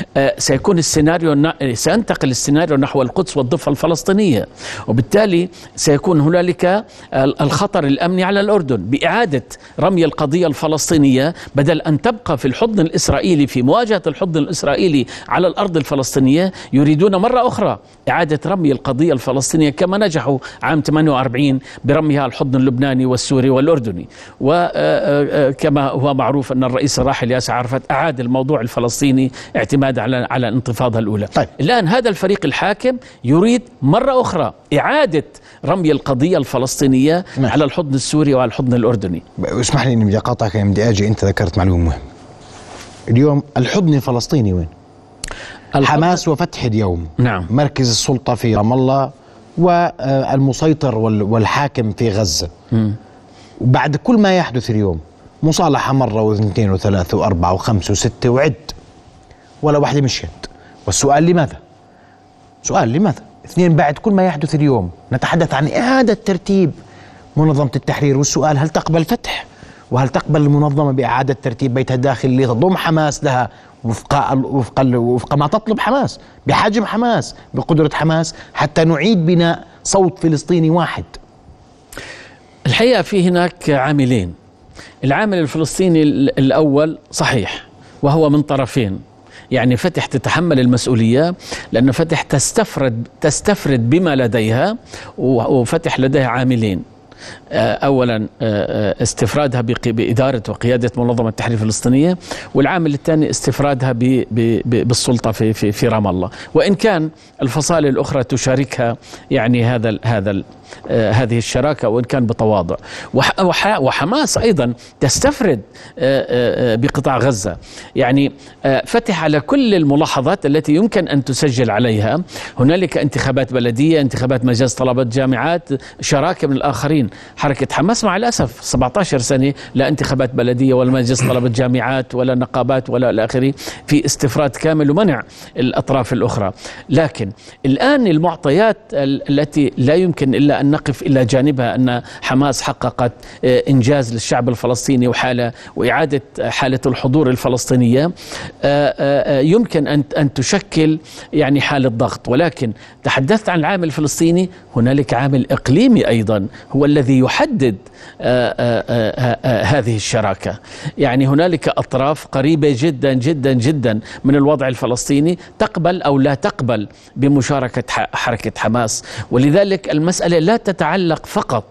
سيكون السيناريو سينتقل السيناريو نحو القدس والضفة الفلسطينية، وبالتالي سيكون هنالك الخطر الأمني على الأردن بإعادة رمي القضية الفلسطينية بدل أن تبقى في الحضن الإسرائيلي في مواجهة الحضن الإسرائيلي على الأرض الفلسطينية. يريدون مرة أخرى إعادة رمي القضية الفلسطينية كما نجحوا عام ثمانية وأربعين برميها الحضن الحضن اللبناني والسوري والأردني. وكما هو معروف أن الرئيس الراحل ياسر عرفات أعاد الموضوع الفلسطيني اعتمادا على على الانتفاضة الأولى. طيب. الآن هذا الفريق الحاكم يريد مرة أخرى إعادة رمي القضية الفلسطينية ماشي. على الحضن السوري وعلى الحضن الأردني. اسمح لي إني بدي أقاطعك، بدي أجي، أنت ذكرت معلومة مهمة. اليوم الحضن الفلسطيني وين؟ حماس وفتح اليوم نعم. مركز السلطة في رام الله والمسيطر والحاكم في غزة. م. وبعد كل ما يحدث اليوم مصالحة مرة واثنتين وثلاثة وأربعة وخمسة وستة وعد ولا واحدة مشيت. والسؤال لماذا؟ سؤال لماذا؟ اثنين، بعد كل ما يحدث اليوم نتحدث عن إعادة ترتيب منظمة التحرير، والسؤال هل تقبل فتح وهل تقبل المنظمة بإعادة ترتيب بيتها الداخلي لتضم حماس لها وفق وفق وفق ما تطلب حماس، بحجم حماس، بقدرة حماس، حتى نعيد بناء صوت فلسطيني واحد؟ الحقيقة في هناك عاملين. العامل الفلسطيني الأول صحيح وهو من طرفين، يعني فتح تتحمل المسؤولية لأن فتح تستفرد تستفرد بما لديها، وفتح لديها عاملين. أولا استفرادها بإدارة وقيادة منظمة التحرير الفلسطينية، والعامل الثاني استفرادها بالسلطة في في في رام الله، وإن كان الفصائل الأخرى تشاركها يعني هذا هذا هذه الشراكة وإن كان بتواضع. وحماس أيضا تستفرد بقطاع غزة، يعني فتح على كل الملاحظات التي يمكن أن تسجل عليها. هنالك انتخابات بلدية، انتخابات مجلس طلبة جامعات، شراكة من الآخرين. حركة حماس مع الأسف سبعة عشر سنة لا انتخابات بلدية ولا مجلس طلبة جامعات ولا نقابات ولا الآخرين، في استفراد كامل ومنع الأطراف الأخرى. لكن الآن المعطيات التي لا يمكن إلا أن نقف إلى جانبها أن حماس حققت إنجاز للشعب الفلسطيني وحالة وإعادة حالة الحضور الفلسطينية، يمكن أن أن تشكل يعني حالة ضغط. ولكن تحدثت عن العامل الفلسطيني، هنالك عامل إقليمي أيضا هو الذي يحدد هذه الشراكة. يعني هنالك أطراف قريبة جدا جدا جدا من الوضع الفلسطيني تقبل أو لا تقبل بمشاركة حركة حماس، ولذلك المسألة لا تتعلق فقط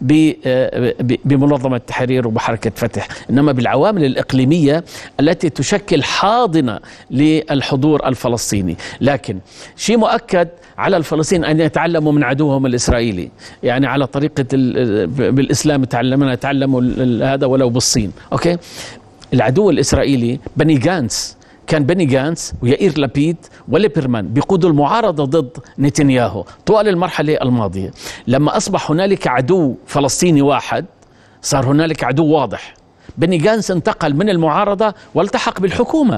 بمنظمة التحرير وبحركة فتح، إنما بالعوامل الإقليمية التي تشكل حاضنة للحضور الفلسطيني. لكن شيء مؤكد على الفلسطينيين أن يتعلموا من عدوهم الإسرائيلي، يعني على طريقة بالإسلام تعلمنا تعلموا هذا ولو بالصين. أوكي، العدو الإسرائيلي بني جانس، كان بني جانس ويائير لابيد وليبرمان بيقودوا المعارضة ضد نتنياهو طوال المرحلة الماضية. لما أصبح هنالك عدو فلسطيني واحد صار هنالك عدو واضح. بني جانس انتقل من المعارضة والتحق بالحكومة،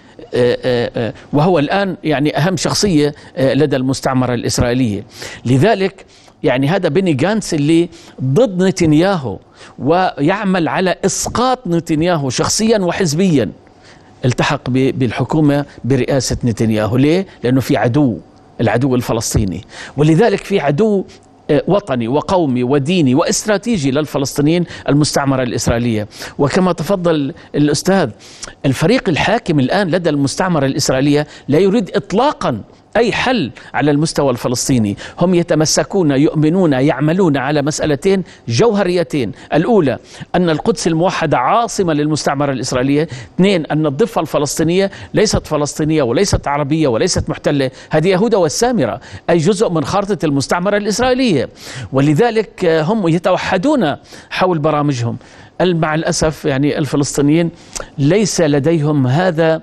وهو الآن يعني أهم شخصية لدى المستعمرة الإسرائيلية. لذلك يعني هذا بني جانس اللي ضد نتنياهو ويعمل على إسقاط نتنياهو شخصيا وحزبيا، التحق بالحكومة برئاسة نتنياهو. ليه؟ لأنه في عدو، العدو الفلسطيني، ولذلك في عدو وطني وقومي وديني واستراتيجي للفلسطينيين، المستعمرة الإسرائيلية. وكما تفضل الأستاذ، الفريق الحاكم الآن لدى المستعمرة الإسرائيلية لا يريد إطلاقا أي حل على المستوى الفلسطيني. هم يتمسكون، يؤمنون، يعملون على مسألتين جوهريتين: الأولى أن القدس الموحدة عاصمة للمستعمرة الإسرائيلية، اثنين أن الضفة الفلسطينية ليست فلسطينية وليست عربية وليست محتلة، هذه يهودا والسامرة، أي جزء من خارطة المستعمرة الإسرائيلية. ولذلك هم يتوحدون حول برامجهم. مع الأسف يعني الفلسطينيين ليس لديهم هذا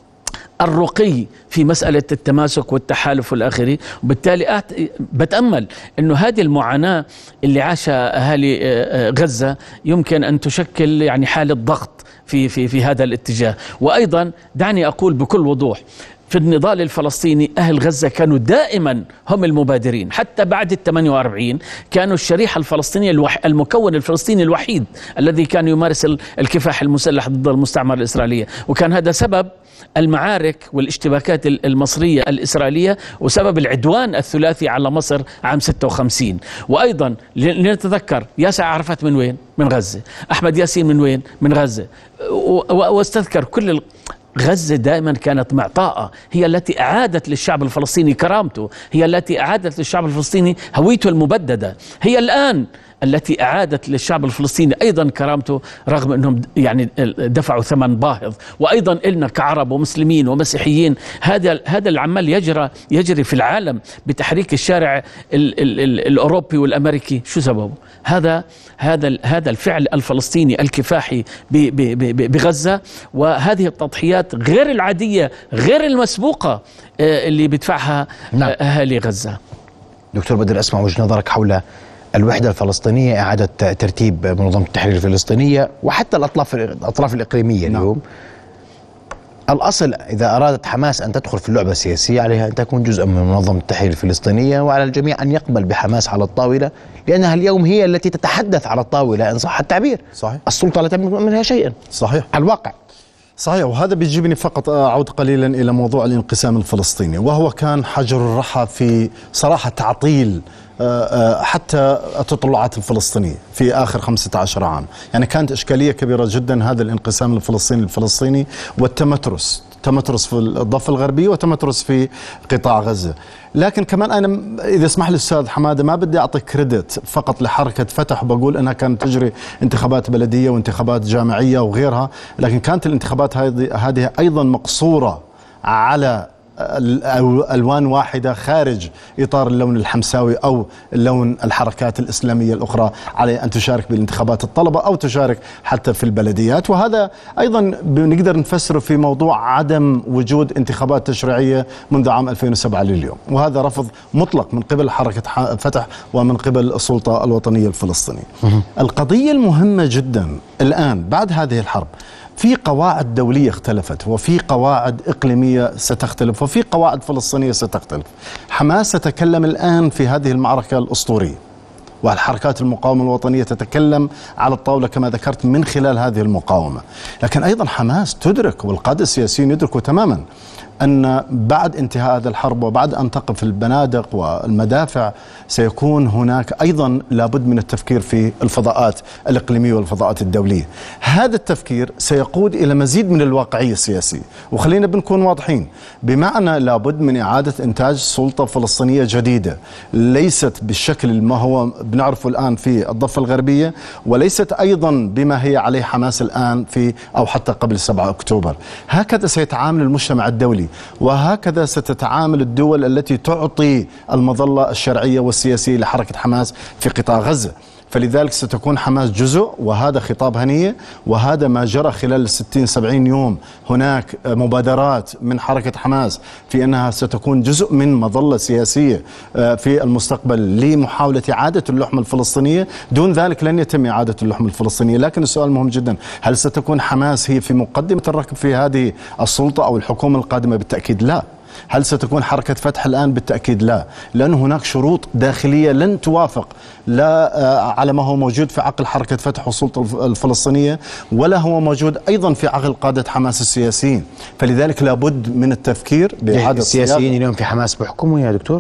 الرقي في مسألة التماسك والتحالف والآخري، وبالتالي بتأمل أنه هذه المعاناة اللي عاشها أهالي غزة يمكن أن تشكل يعني حالة ضغط في في في هذا الاتجاه. وأيضا دعني أقول بكل وضوح، في النضال الفلسطيني أهل غزة كانوا دائما هم المبادرين، حتى بعد الثمانية وأربعين كانوا الشريحة الفلسطينية الوح... المكون الفلسطيني الوحيد الذي كان يمارس الكفاح المسلح ضد المستعمرة الإسرائيلية، وكان هذا سبب المعارك والاشتباكات المصرية الإسرائيلية وسبب العدوان الثلاثي على مصر عام ستة وخمسين. وأيضا لنتذكر ياسر عرفات من وين؟ من غزة. أحمد ياسين من وين؟ من غزة. واستذكر كل ال... غزة دائما كانت معطاءة، هي التي أعادت للشعب الفلسطيني كرامته، هي التي أعادت للشعب الفلسطيني هويته المبددة. هي الآن التي أعادت للشعب الفلسطيني أيضا كرامته رغم أنهم يعني دفعوا ثمن باهظ. وأيضا إلنا كعرب ومسلمين ومسيحيين هذا هذا العمل يجرى يجري في العالم بتحريك الشارع ال ال ال الأوروبي والأمريكي. شو سببه؟ هذا هذا هذا الفعل الفلسطيني الكفاحي بغزة، وهذه التضحيات غير العادية غير المسبوقة اللي بيدفعها نعم. أهالي غزة. دكتور بدر، أسمع وجهة نظرك حول الوحدة الفلسطينية، إعادة ترتيب منظمة التحرير الفلسطينية وحتى الأطراف الأطراف الإقليمية اليوم. نعم. الأصل إذا أرادت حماس أن تدخل في اللعبة السياسية عليها أن تكون جزءا من منظمة التحرير الفلسطينية، وعلى الجميع أن يقبل بحماس على الطاولة، لأنها اليوم هي التي تتحدث على الطاولة إن صح التعبير. صحيح. السلطة لا تملك منها شيئا. صحيح. الواقع. صحيح. وهذا بيجيبني فقط أعود قليلا إلى موضوع الانقسام الفلسطيني، وهو كان حجر الرحى في صراحة تعطيل حتى التطلعات الفلسطينية في آخر خمسة عشر عام. يعني كانت إشكالية كبيرة جدا هذا الانقسام الفلسطيني الفلسطيني والتمترس تمترس في الضفة الغربية وتمترس في قطاع غزة. لكن كمان أنا إذا اسمح لي أستاذ حمادة ما بدي أعطي كريدت فقط لحركة فتح وبقول أنها كانت تجري انتخابات بلدية وانتخابات جامعية وغيرها، لكن كانت الانتخابات هذه أيضا مقصورة على ألوان واحدة خارج إطار اللون الحمساوي أو اللون الحركات الإسلامية الأخرى على أن تشارك بالانتخابات الطلبة أو تشارك حتى في البلديات. وهذا أيضا بنقدر نفسره في موضوع عدم وجود انتخابات تشريعية منذ عام ألفين وسبعة لليوم، وهذا رفض مطلق من قبل حركة فتح ومن قبل السلطة الوطنية الفلسطينية. القضية المهمة جدا الآن بعد هذه الحرب، في قواعد دولية اختلفت، وفي قواعد إقليمية ستختلف، وفي قواعد فلسطينية ستختلف. حماس تتكلم الآن في هذه المعركة الأسطورية، والحركات المقاومة الوطنية تتكلم على الطاولة كما ذكرت من خلال هذه المقاومة. لكن أيضا حماس تدرك والقادة السياسيين يدركوا تماما أن بعد انتهاء هذه الحرب وبعد أن تقف البنادق والمدافع سيكون هناك أيضا لابد من التفكير في الفضاءات الإقليمية والفضاءات الدولية. هذا التفكير سيقود إلى مزيد من الواقعية السياسية، وخلينا بنكون واضحين، بمعنى لابد من إعادة إنتاج سلطة فلسطينية جديدة ليست بالشكل ما هو بنعرفه الآن في الضفة الغربية، وليست أيضا بما هي عليه حماس الآن في أو حتى قبل سبعة أكتوبر. هكذا سيتعامل المجتمع الدولي، وهكذا ستتعامل الدول التي تعطي المظلة الشرعية والسياسية لحركة حماس في قطاع غزة. فلذلك ستكون حماس جزء، وهذا خطاب هنية، وهذا ما جرى خلال الستين سبعين يوم. هناك مبادرات من حركة حماس في أنها ستكون جزء من مظلة سياسية في المستقبل لمحاولة إعادة اللحمة الفلسطينية. دون ذلك لن يتم إعادة اللحمة الفلسطينية. لكن السؤال مهم جدا، هل ستكون حماس هي في مقدمة الركب في هذه السلطة أو الحكومة القادمة؟ بالتأكيد لا. هل ستكون حركة فتح الآن؟ بالتأكيد لا، لأن هناك شروط داخلية لن توافق لا على ما هو موجود في عقل حركة فتح والسلطة الفلسطينية، ولا هو موجود أيضا في عقل قادة حماس السياسيين. فلذلك لابد من التفكير بإعادة السياسيين اليوم في حماس بحكموا يا دكتور؟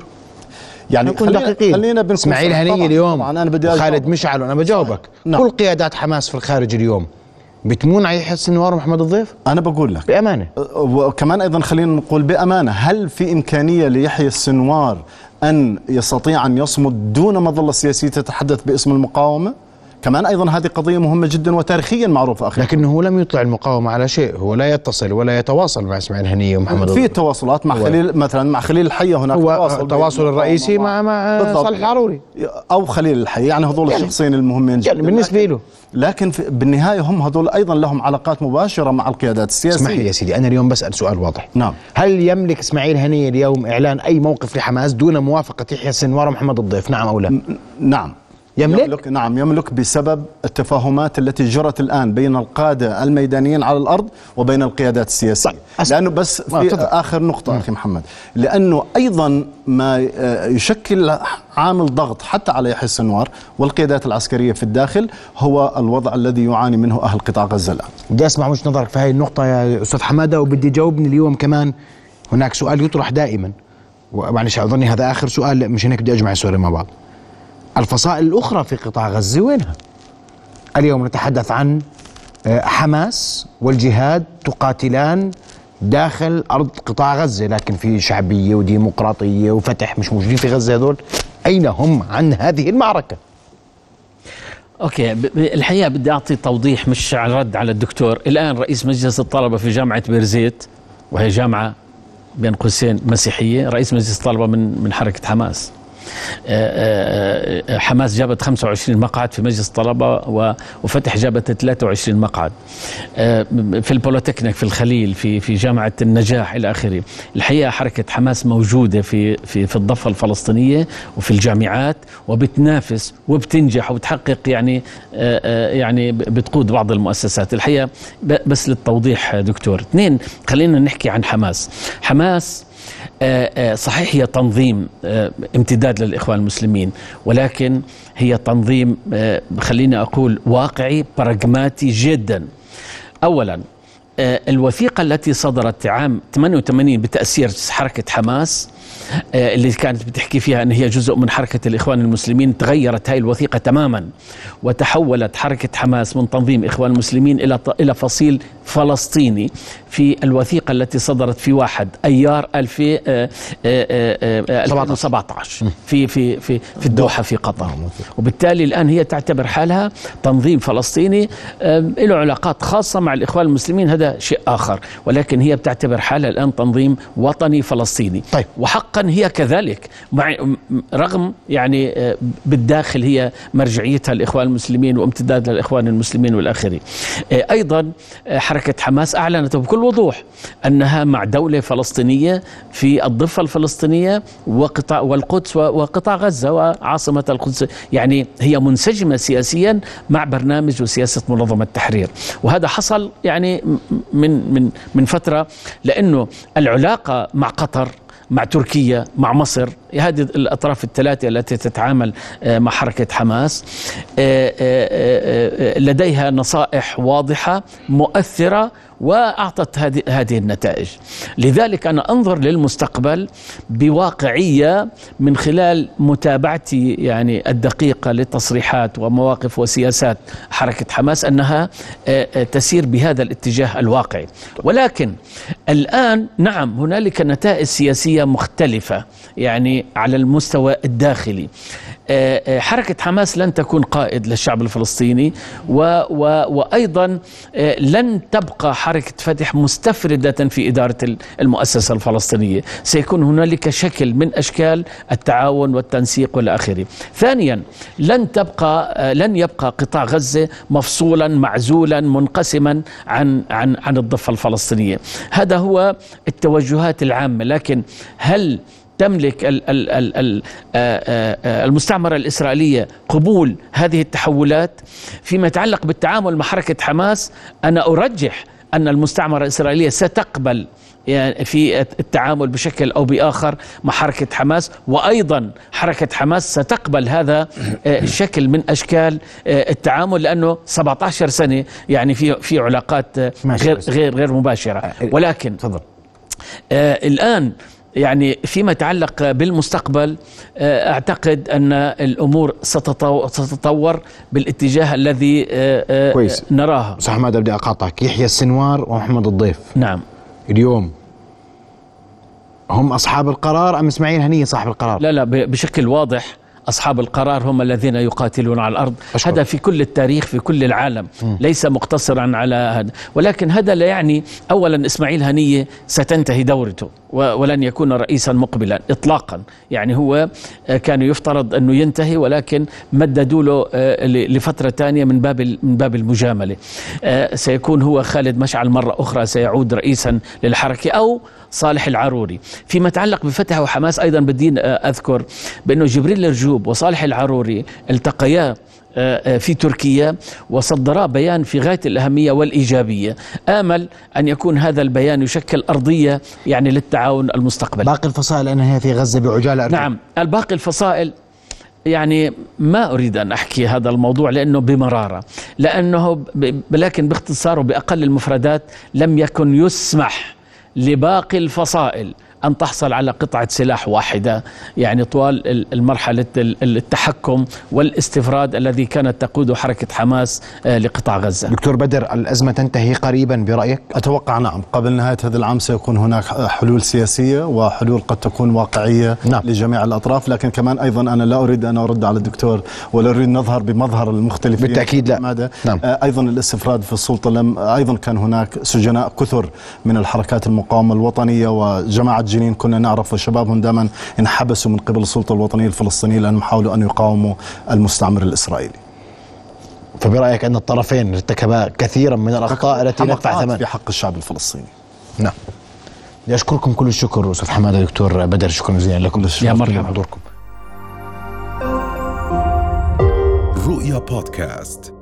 يعني خلينا, خلينا بنكون اسماعيل هنية اليوم وخالد مشعل، وأنا بجاوبك نعم. كل قيادات حماس في الخارج اليوم بتمون على يحيى السنوار ومحمد الضيف؟ أنا بقول لك بأمانة، وكمان أيضا خلينا نقول بأمانة، هل في إمكانية ليحيى السنوار أن يستطيع أن يصمد دون مظلة سياسية تتحدث باسم المقاومة؟ كمان أيضا هذه قضية مهمة جدا وتاريخيا معروفة أخي. لكنه لم يطلع المقاومة على شيء، هو لا يتصل ولا يتواصل مع اسماعيل هنية ومحمد في تواصلات مع خليل مثلا، مع خليل الحية هناك تواصل التواصل الرئيسي مع مع صالح العروري أو خليل الحية، يعني هذول يعني الشخصين المهمين جدا يعني بالنسبة له. لكن بالنهاية هم هذول أيضا لهم علاقات مباشرة مع القيادات السياسية. اسمح لي يا سيدي، أنا اليوم بسأل سؤال واضح. نعم. هل يملك اسماعيل هنية اليوم إعلان أي موقف لحماس دون موافقة يحيى السنوار ومحمد الضيف؟ نعم أو لا؟ نعم يملك؟ يملك نعم يملك بسبب التفاهمات التي جرت الآن بين القادة الميدانيين على الأرض وبين القيادات السياسية. لأنه بس في آخر نقطة م. أخي محمد، لأنه أيضا ما يشكل عامل ضغط حتى على يحيى السنوار والقيادات العسكرية في الداخل هو الوضع الذي يعاني منه أهل قطاع غزة الآن. بدي أسمع وجهة نظرك في هذه النقطة يا أستاذ حمادة، وبدي جاوبني اليوم كمان. هناك سؤال يطرح دائما، ومعلش أظني هذا آخر سؤال، مش هيك بدي أجمع السؤالين مع بعض. الفصائل الأخرى في قطاع غزة وينها؟ اليوم نتحدث عن حماس والجهاد تقاتلان داخل أرض قطاع غزة، لكن في شعبية وديمقراطية وفتح مش موجودين في غزة. هذول أين هم عن هذه المعركة؟ أوكي، الحقيقة بدي أعطي توضيح مش على رد على الدكتور. الآن رئيس مجلس الطلبة في جامعة بيرزيت، وهي جامعة بين قوسين مسيحية، رئيس مجلس الطلبة من من حركة حماس. حماس جابت خمسة وعشرين مقعد في مجلس الطلبة، وفتح جابت ثلاثة وعشرين مقعد في البوليتكنيك في الخليل، في في جامعة النجاح إلى آخره. الحقيقة حركة حماس موجودة في في في الضفة الفلسطينية وفي الجامعات، وبتنافس وبتنجح وبتحقق يعني يعني بتقود بعض المؤسسات. الحقيقة بس للتوضيح دكتور. اثنين، خلينا نحكي عن حماس. حماس صحيح هي تنظيم امتداد للإخوان المسلمين، ولكن هي تنظيم خليني أقول واقعي براغماتي جدا. أولا، الوثيقة التي صدرت عام ثمانية وثمانين بتأثير حركة حماس اللي كانت بتحكي فيها أن هي جزء من حركة الإخوان المسلمين، تغيرت هاي الوثيقة تماما، وتحولت حركة حماس من تنظيم إخوان المسلمين إلى إلى فصيل فلسطيني في الوثيقة التي صدرت في واحد أيار ألفين وسبعة عشر في في في في الدوحة في قطر. وبالتالي الآن هي تعتبر حالها تنظيم فلسطيني له علاقات خاصة مع الإخوان المسلمين، هذا شيء آخر، ولكن هي بتعتبر حالها الآن تنظيم وطني فلسطيني. طيب. وحقا هي كذلك، مع رغم يعني بالداخل هي مرجعيتها الإخوان المسلمين وامتداد للإخوان المسلمين والآخرين. أيضا حركة حماس أعلنت بكل وضوح أنها مع دولة فلسطينية في الضفة الفلسطينية وقطاع والقدس وقطاع غزة وعاصمة القدس، يعني هي منسجمة سياسيا مع برنامج وسياسة منظمة التحرير. وهذا حصل يعني من من من فترة، لأنه العلاقة مع قطر، مع تركيا، مع مصر، هذه الأطراف الثلاثة التي تتعامل مع حركة حماس لديها نصائح واضحة مؤثرة وأعطت هذه هذه النتائج. لذلك أنا أنظر للمستقبل بواقعية من خلال متابعتي يعني الدقيقة للتصريحات ومواقف وسياسات حركة حماس أنها تسير بهذا الاتجاه الواقعي. ولكن الآن نعم هنالك نتائج سياسية مختلفة يعني على المستوى الداخلي. حركة حماس لن تكون قائد للشعب الفلسطيني، و و وأيضا لن تبقى حركة فتح مستفردة في إدارة المؤسسة الفلسطينية، سيكون هنالك شكل من أشكال التعاون والتنسيق والآخر. ثانيا، لن تبقى لن يبقى قطاع غزة مفصولا معزولا منقسما عن عن عن الضفة الفلسطينية. هذا هو التوجهات العامة. لكن هل تملك ال ال ال ال المستعمرة الإسرائيلية قبول هذه التحولات؟ فيما يتعلق بالتعامل مع حركة حماس، أنا أرجح أن المستعمرة الإسرائيلية ستقبل يعني في التعامل بشكل أو بآخر مع حركة حماس، وأيضا حركة حماس ستقبل هذا الشكل من أشكال التعامل، لأنه سبعة عشر سنة يعني في في علاقات غير غير غير مباشرة. ولكن آه الآن يعني فيما يتعلق بالمستقبل أعتقد أن الأمور ستتطور بالاتجاه الذي كويس. نراها. صح، ما بدي أقاطعك. يحيى السنوار ومحمد الضيف نعم اليوم هم أصحاب القرار أم إسماعيل هنية صاحب القرار؟ لا لا، بشكل واضح أصحاب القرار هم الذين يقاتلون على الأرض. أشكر. هذا في كل التاريخ في كل العالم، م. ليس مقتصرا على هذا. ولكن هذا لا يعني أولا إسماعيل هنية ستنتهي دورته ولن يكون رئيسا مقبلا إطلاقا. يعني هو كان يفترض أنه ينتهي، ولكن مددوا له لفترة ثانية من باب من باب المجاملة. سيكون هو خالد مشعل مرة أخرى سيعود رئيسا للحركة، أو صالح العروري. فيما يتعلق بفتح وحماس أيضا بدي أذكر بأنه جبريل الرجوب وصالح العروري التقيا في تركيا وصدرا بيان في غاية الأهمية والإيجابية. آمل أن يكون هذا البيان يشكل أرضية يعني للتعاون المستقبلي. باقي الفصائل أنها في غزة بعجالة أرضية. نعم، الباقي الفصائل يعني ما أريد أن أحكي هذا الموضوع لأنه بمرارة، لأنه لكن باختصار وبأقل المفردات لم يكن يسمح لباقي الفصائل أن تحصل على قطعة سلاح واحدة يعني طوال المرحلة التحكم والاستفراد الذي كانت تقوده حركة حماس لقطاع غزة. دكتور بدر، الأزمة تنتهي قريبا برأيك؟ أتوقع نعم، قبل نهاية هذا العام سيكون هناك حلول سياسية وحلول قد تكون واقعية نعم. لجميع الأطراف، لكن كمان أيضا أنا لا أريد أن أرد على الدكتور ولا أريد نظهر بمظهر المختلفين. بالتأكيد لا. نعم. أيضا الاستفراد في السلطة، لم أيضا كان هناك سجناء كثر من الحركات المقاومة الوطنية وجماعة جنين كنا نعرف وشبابهم دائما انحبسوا من قبل السلطة الوطنية الفلسطينية لأنهم حاولوا أن يقاوموا المستعمر الإسرائيلي. فبرأيك أن الطرفين ارتكبا كثيرا من الأخطاء التي ندفع ثمنها في حق الشعب الفلسطيني؟ نعم. أشكركم كل الشكر أستاذ حمادة. دكتور بدر، شكرا جزيلا لكم. يا مرحبا بحضوركم. رؤيا بودكاست.